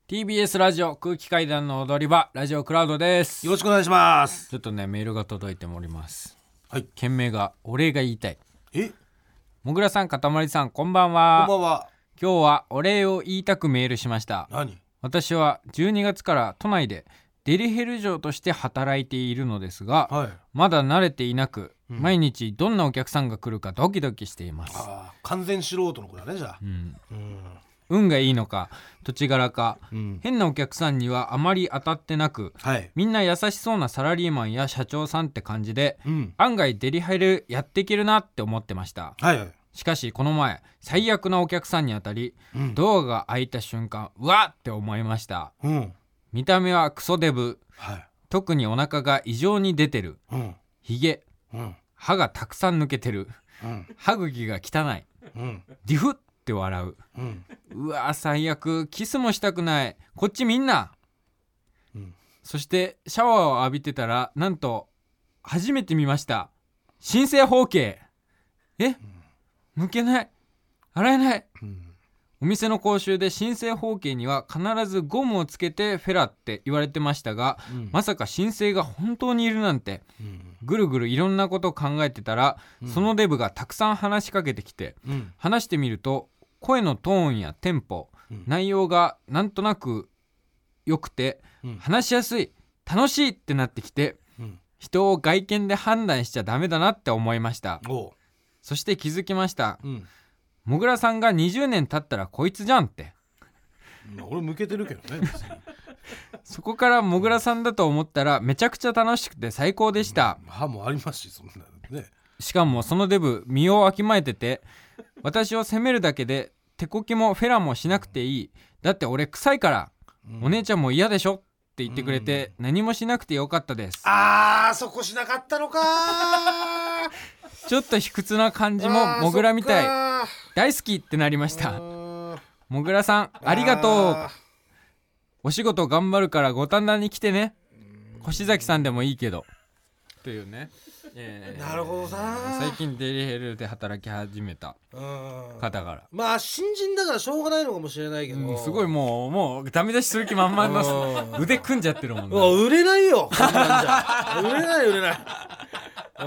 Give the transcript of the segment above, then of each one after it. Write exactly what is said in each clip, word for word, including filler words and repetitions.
ティービーエス ラジオ空気階段の踊り場、ラジオクラウドです。 よろしくお願いします。 ちょっとねメールが届いております。 はい。 件名がお礼が言いたい。 えもぐらさん、かたまりさん、こんばんは。 こんばんは。 今日はお礼を言いたくメールしました。 何？ 私はじゅうにがつから都内でデリヘル嬢として働いているのですが、 はい、 まだ慣れていなく、 うん、 毎日どんなお客さんが来るかドキドキしています。 あ、完全素人の子だね、じゃあ、 うんうん、 運がいいのか土地柄か、 うん、 変なお客さんにはあまり当たってなく、 はい、 みんな優しそうなサラリーマンや社長さんって感じで、 うん、 案外デリヘルやっていけるなって思ってました。 はいはい。 しかしこの前最悪なお客さんに当たり、 うん、 ドアが開いた瞬間うわっって思いました、 うん、 見た目はクソデブ、 はい、 特にお腹が異常に出てる、 うん、 ヒゲ、 うん、 歯がたくさん抜けてる、 うん、 歯茎が汚い、 うん、 ディフって笑う、うん、うわ最悪、キスもしたくない、こっちみんな、うん、そしてシャワーを浴びてたらなんと初めて見ました新生包茎。え、うん、抜けない、洗えない、うん、お店の講習で新生包茎には必ずゴムをつけてフェラって言われてましたが、うん、まさか新生が本当にいるなんて、うん、ぐるぐるいろんなことを考えてたら、うん、そのデブがたくさん話しかけてきて、うん、話してみると声のトーンやテンポ、うん、内容がなんとなく良くて、うん、話しやすい、楽しいってなってきて、うん、人を外見で判断しちゃダメだなって思いました。そして気づきました、うん、もぐらさんがにじゅうねん経ったらこいつじゃんって。 俺向けてるけどねそこからもぐらさんだと思ったらめちゃくちゃ楽しくて最高でした、 うん、歯もありますし、そんなのね。 しかもそのデブ身をわきまえてて、私を責めるだけで手こきもフェラもしなくていい、だって俺臭いから、うん、お姉ちゃんも嫌でしょって言ってくれて、うん、何もしなくてよかったです。 あー、そこしなかったのかちょっと卑屈な感じももぐらみたい、大好きってなりました。もぐらさんありがとう。お仕事頑張るから五反田に来てね、越崎さんでもいいけどというね、えー、 なるほどさ。 最近デリヘルで働き始めた方から、 まあ新人だからしょうがないのかもしれないけど、 うん、すごいもうもうダメ出しする気満々の腕組んじゃってるもんね。 売れないよこんなんじゃ売れない売れないうん、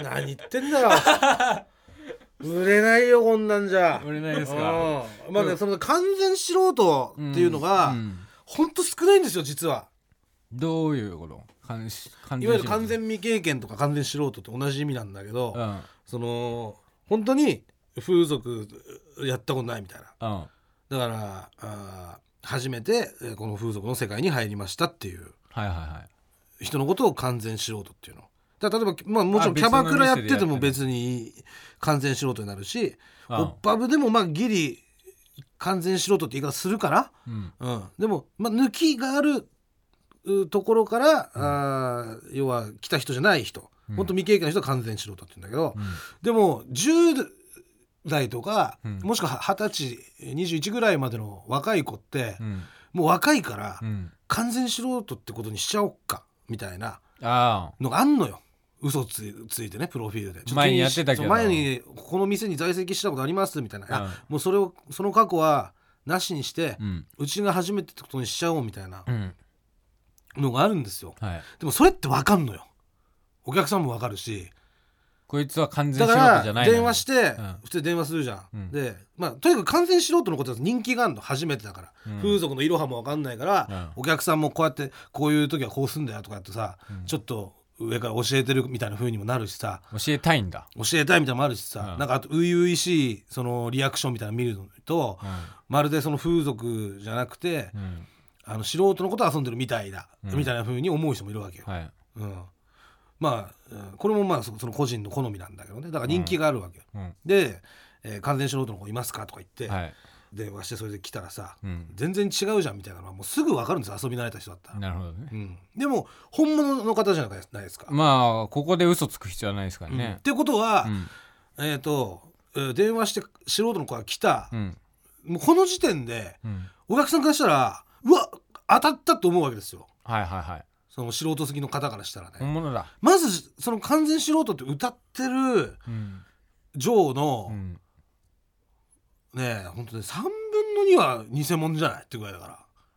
何言ってんだよ売れないよこんなんじゃ。 売れないですか。 まあね、その完全素人っていうのが、うんうん、ほんと少ないんですよ実は。 どういうこと？ いわゆる完全未経験とか完全素人って同じ意味なんだけど、うん、その本当に風俗やったことないみたいな、うん、だからあ初めてこの風俗の世界に入りましたっていう人のことを完全素人っていうのだ。例えば、まあ、もちろんキャバクラやってても別に完全素人になるし、オッパブでもまあギリ完全素人って言い方するかな、うんうん、でも、まあ、抜きがあるところから、うん、あ要は来た人じゃない人、うん、本当未経験の人は完全素人って言うんだけど、うん、でもじゅう代とか、うん、もしくははたちにじゅういちぐらいまでの若い子って、うん、もう若いから、うん、完全素人ってことにしちゃおっかみたいなのがあんのよ。嘘 つ, ついてね、プロフィールで前にやってたけど、 前にこの店に在籍したことありますみたいな、うん、もうそれをその過去はなしにして、うん、うちが初めてってことにしちゃおうみたいなのがあるんですよ、はい、でもそれって分かんのよ。お客さんも分かるし、 こいつは完全素人じゃないの。 だから電話して、うん、普通に電話するじゃん、うん、で、まあ、とにかく完全素人のことだと人気があるの初めてだから、うん、風俗のいろはも分かんないから、うん、お客さんもこうやってこういう時はこうすんだよとかやってさ、うん、ちょっと上から教えてるみたいな風にもなるしさ、 教えたいんだ、 教えたいみたいなのもあるしさ、うん、なんかあと初々しいそのリアクションみたいなの見るのと、うん、まるでその風俗じゃなくて、うん、あの素人のこと遊んでるみたいだ、うん、みたいな風に思う人もいるわけよ、はい、うん、まあこれもまあその個人の好みなんだけどね。だから人気があるわけよ、うん、で、えー、完全素人の子いますかとか言って、はい、電話してそれで来たらさ、うん、全然違うじゃんみたいなのはもうすぐ分かるんですよ、遊び慣れた人だったら。 なるほどね、うん、 でも本物の方じゃないですか。 まあここで嘘つく必要はないですからね、うん、 ってことは、うん、えっ、ー、と、えー、電話して素人の子が来た、うん、もうこの時点で、うん、お客さんからしたらうわ当たったと思うわけですよ。はいはいはい。その素人好きの方からしたらね、 本物だ。 まずその完全素人って歌ってるジョーの、うん、ねえ本当にさんぶんのには偽物じゃないってぐらいだから。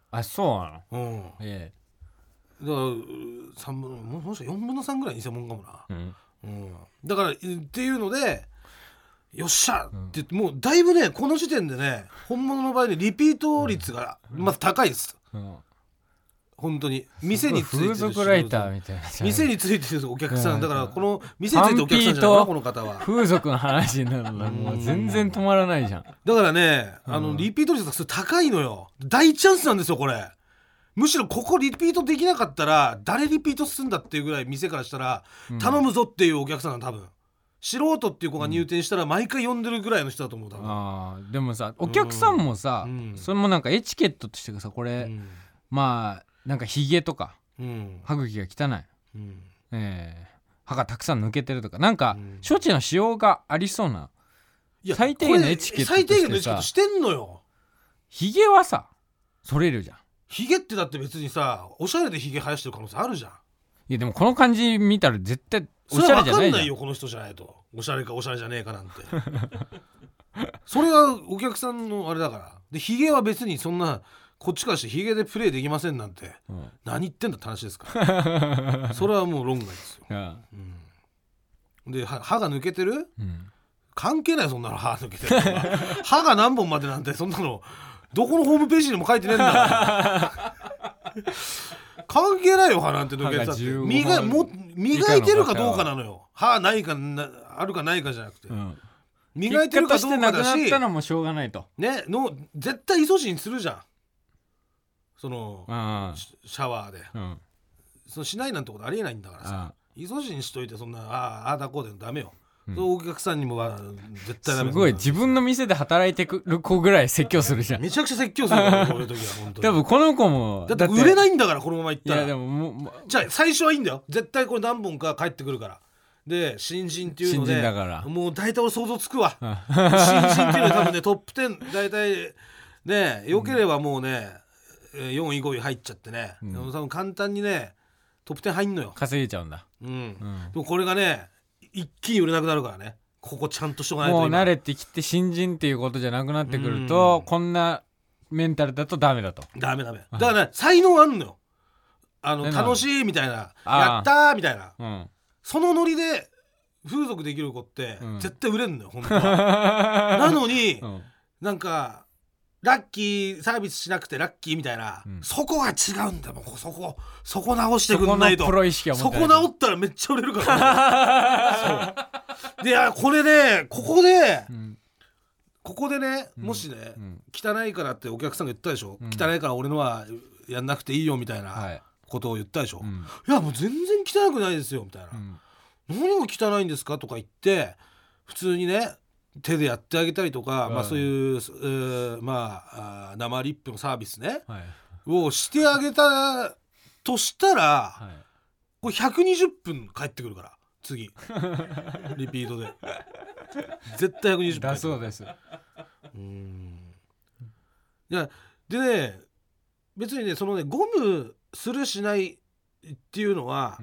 あ、そうなの。うん。 ええ。だからさんぶんのもしかよんぶんのさんぐらい偽物かもな。 うんうん。だからっていうので。よっしゃって言って、うん、もうだいぶねこの時点でね本物の場合ねリピート率がまず高いです、うん、本当に店についてる風俗ライターみたいな店についてるお客さん、うん、だからこの店についてるお客さんじゃないかこの方は風俗の話になるのもう全然止まらないじゃん。 だからねあの、うん、リピート率が高いのよ。大チャンスなんですよこれ。むしろここリピートできなかったら誰リピートするんだっていうぐらい店からしたら、うん、頼むぞっていうお客さんが多分素人っていう子が入店したら毎回呼んでるぐらいの人だと思う。多分あでもさお客さんもさ、うん、それもなんかエチケットとしてさこれ、うん、まあなんかヒゲとか、うん、歯茎が汚い、うんえー、歯がたくさん抜けてるとかなんか、うん、処置のしようがありそうな、いや最低限のエチケットとしてさ最低限のエチケットしてんのよ。 ヒゲはさそれるじゃん。 ヒゲってだって別にさおしゃれでヒゲ生やしてる可能性あるじゃん。 いやでもこの感じ見たら絶対おしゃれじゃないじゃん。それは分かんないよこの人じゃないと。おしゃれかおしゃれじゃねえかなんてそれはお客さんのあれだから。でヒゲは別にそんなこっちからしてヒゲでプレイできませんなんて、うん、何言ってんだって話ですからそれはもう論外ですよ、うん、で歯が抜けてる、うん、関係ないそんなの歯抜けてる歯が何本までなんてそんなのどこのホームページにも書いてねえんだから関係ないよ歯なんて抜けてたって磨も磨いてるかどうかなのよ。歯ないかなあるかないかじゃなくて、うん、磨いてるかどうかだし結果としてなくなったのもしょうがないとねの絶対イソジンするじゃんそのシャワーで、うん、そのしないなんてことありえないんだからさイソジンしといてそんなああだこうでもダメよ。うん、お客さんにもは絶対ダメ。 すごい自分の店で働いてくる子ぐらい説教するじゃん。 めちゃくちゃ説教するからこういう時は本当に。 多分この子もだって売れないんだからこのままいったら。 いやでももうじゃあ最初はいいんだよ絶対これ何本か帰ってくるから。で新人っていうので新人だからもう大体俺想像つくわ新人っていうのは多分ねトップじゅう大体ね良ければもうね、うん、よんいごい入っちゃってね、うん、多分簡単にねトップじゅう入んのよ。 稼げちゃうんだ、 うんうん、でもこれがね一気に売れなくなるからね。ここちゃんとしとかないと。 もう慣れてきて新人っていうことじゃなくなってくるとこんなメンタルだとダメだと。 ダメダメだからね才能あんのよ。あの楽しいみたいなやったーみたいな、うん、そのノリで風俗できる子って絶対売れんのよ、うん、本当はなのに、うん、なんかラッキーサービスしなくてラッキーみたいな、うん、そこが違うんだよ。もうそこそこ直してくんないと。 そこのプロ意識はそこ直ったらめっちゃ売れるからそうでこれねここで、うん、ここでねもしね、うん、汚いからってお客さんが言ったでしょ、うん、汚いから俺のはやんなくていいよみたいなことを言ったでしょ、はい、いやもう全然汚くないですよみたいな、うん、何が汚いんですかとか言って普通にね手でやってあげたりとか、うんまあ、そういう、えー、まあ生リップのサービスね、はい、をしてあげたとしたら、はい、これひゃくにじゅっぷん返ってくるから次リピートで絶対ひゃくにじゅっぷんだそうです。 うーんいやでね別にねそのねゴムするしないっていうのは、うん、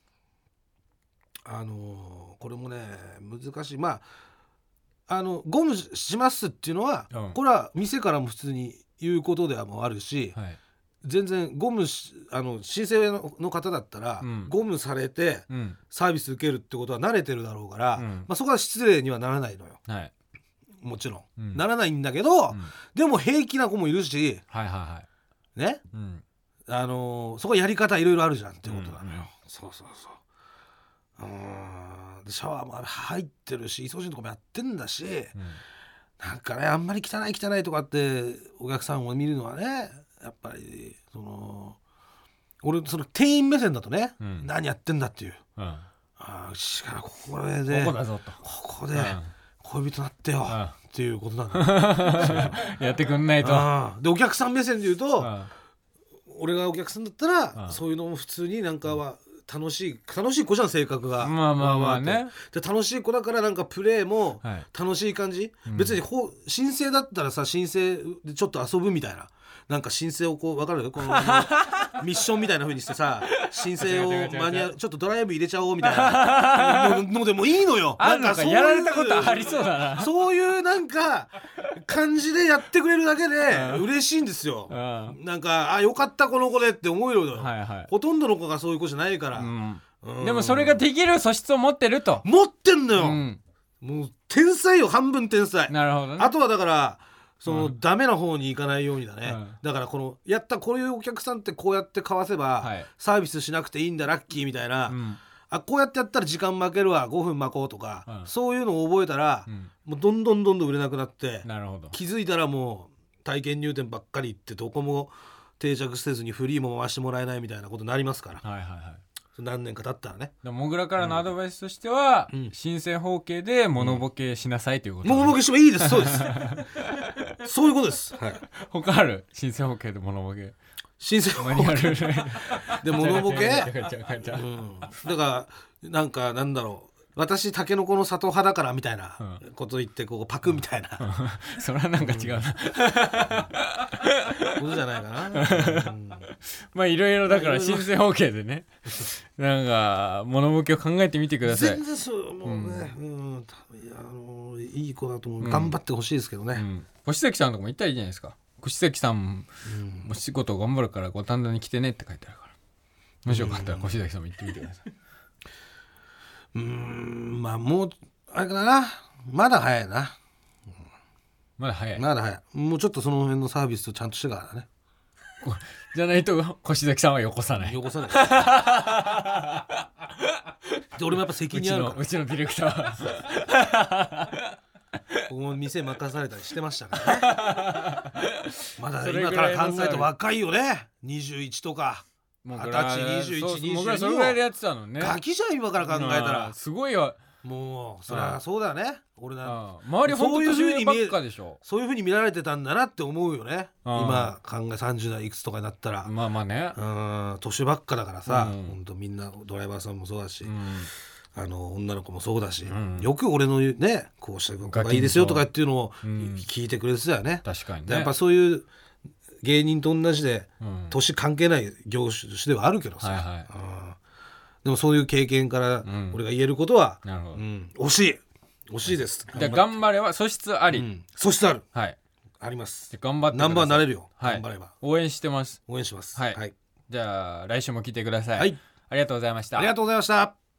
あのー、これもね難しい。まああのゴムしますっていうのは、うん、これは店からも普通に言うことではもあるし、はい、全然ゴムあの申請 の, の方だったら、うん、ゴムされて、うん、サービス受けるってことは慣れてるだろうから、うんまあ、そこは失礼にはならないのよ、はい、もちろん、うん、ならないんだけど、うん、でも平気な子もいるし、はいはいはい、ね、うん、あのー、そこはやり方いろいろあるじゃんってことなのよ、うんうん、そうそうそううーんでシャワーも入ってるしイソジンとかもやってんだし、うん、なんかねあんまり汚い汚いとかってお客さんを見るのはねやっぱりその俺その店員目線だとね、うん、何やってんだっていう、うん、あしかこれでここだぞとここで恋人なってよ、うん、っていうことなんだやってくんないと。 でお客さん目線で言うと、うん、俺がお客さんだったら、うん、そういうのも普通になんかは楽しい楽しい子じゃん性格が。 まあまあまあね。 で楽しい子だからなんかプレーも楽しい感じ、はい、別にほ申請だったらさ申請でちょっと遊ぶみたいななんか申請をこう分かるこのミッションみたいな風にしてさ申請をマニュアルちょっとドライブ入れちゃおうみたいなのでもいいのよ。 なんかそういうやられたことありそうだな。 そういうなんか感じでやってくれるだけで嬉しいんですよ。なんかあよかったこの子でって思えるのよ、はいはい、ほとんどの子がそういう子じゃないから、うんうん、でもそれができる素質を持ってると持ってんのよ、うん、もう天才よ半分天才。 なるほど、ね、 あとはだからその、うん、ダメな方に行かないようにだね、うん、だからこのやったこういうお客さんってこうやってかわせば、はい、サービスしなくていいんだラッキーみたいな、うん、あこうやってやったら時間負けるわごふん巻こうとか、うん、そういうのを覚えたら、うん、もうどんどんどんどん売れなくなって、 なるほど気づいたらもう体験入店ばっかり行ってどこも定着せずにフリーも回してもらえないみたいなことになりますから、はいはいはい、何年か経ったらね。 もぐらからのアドバイスとしては、うん、新生方形でモノボケしなさいということ、 ね、モノボケしてもいいです。そうですそういうことです、はい、 他ある新生方形でモノボケ新生方形でモノボケ、うん、だからなんかなんだろう私タケノコの里派だからみたいなこと言ってこうパクみたいな、うんうん、 それはなんか違うな、うん、 ことじゃないかな、うん、 まあいろいろだから新生方形でねなんか物ボケを考えてみてください。 全然そうもうね、うんうん、いやあのいい子だと思う、うん、頑張ってほしいですけどね、うん、 越崎さんとかも言ったらいいじゃないですか。越崎さんも仕事を頑張るから五反田に来てねって書いてあるからもしよかったら越崎さんも行ってみてください。 うーんまあもうあれかなまだ早いな、 うん、まだ早いまだ早いもうちょっとその辺のサービスをちゃんとしてからねじゃないと越崎さんはよこさないよこさないで俺もやっぱ責任あるからうちの、うちのディレクターここも店任されたりしてましたからねまだ今から考えると若いよねにじゅういちとかもうにじゅういち、にじゅうにそれぐらいでやってたのね。 ガキじゃん今から考えたらすごいわ。 もうそりゃそうだよね。俺な周り本当年上ばっかでしょ。 そういう風に見られてたんだなって思うよね。今考えさんじゅう代いくつとかになったらまあまあねうん年ばっかだからさ、うん、本当みんなドライバーさんもそうだし、うん、あの女の子もそうだし、うん、よく俺のねこうした子がいいですよとかっていうのを聞いてくれてたよね。 確かにね。 やっぱそういう芸人と同じで、うん、年関係ない業種ではあるけどさ、はいはい、でもそういう経験から俺が言えることは、うんうん、惜しい惜しいです。 で頑張れは素質あり、うん、 素質ある、 はい、 あります。 頑張ってください。 ナンバーになれるよ、 はい、 頑張れば応援してます。 応援します、 はいはい、じゃあ来週も来てください、 はい、 ありがとうございました。 ありがとうございました。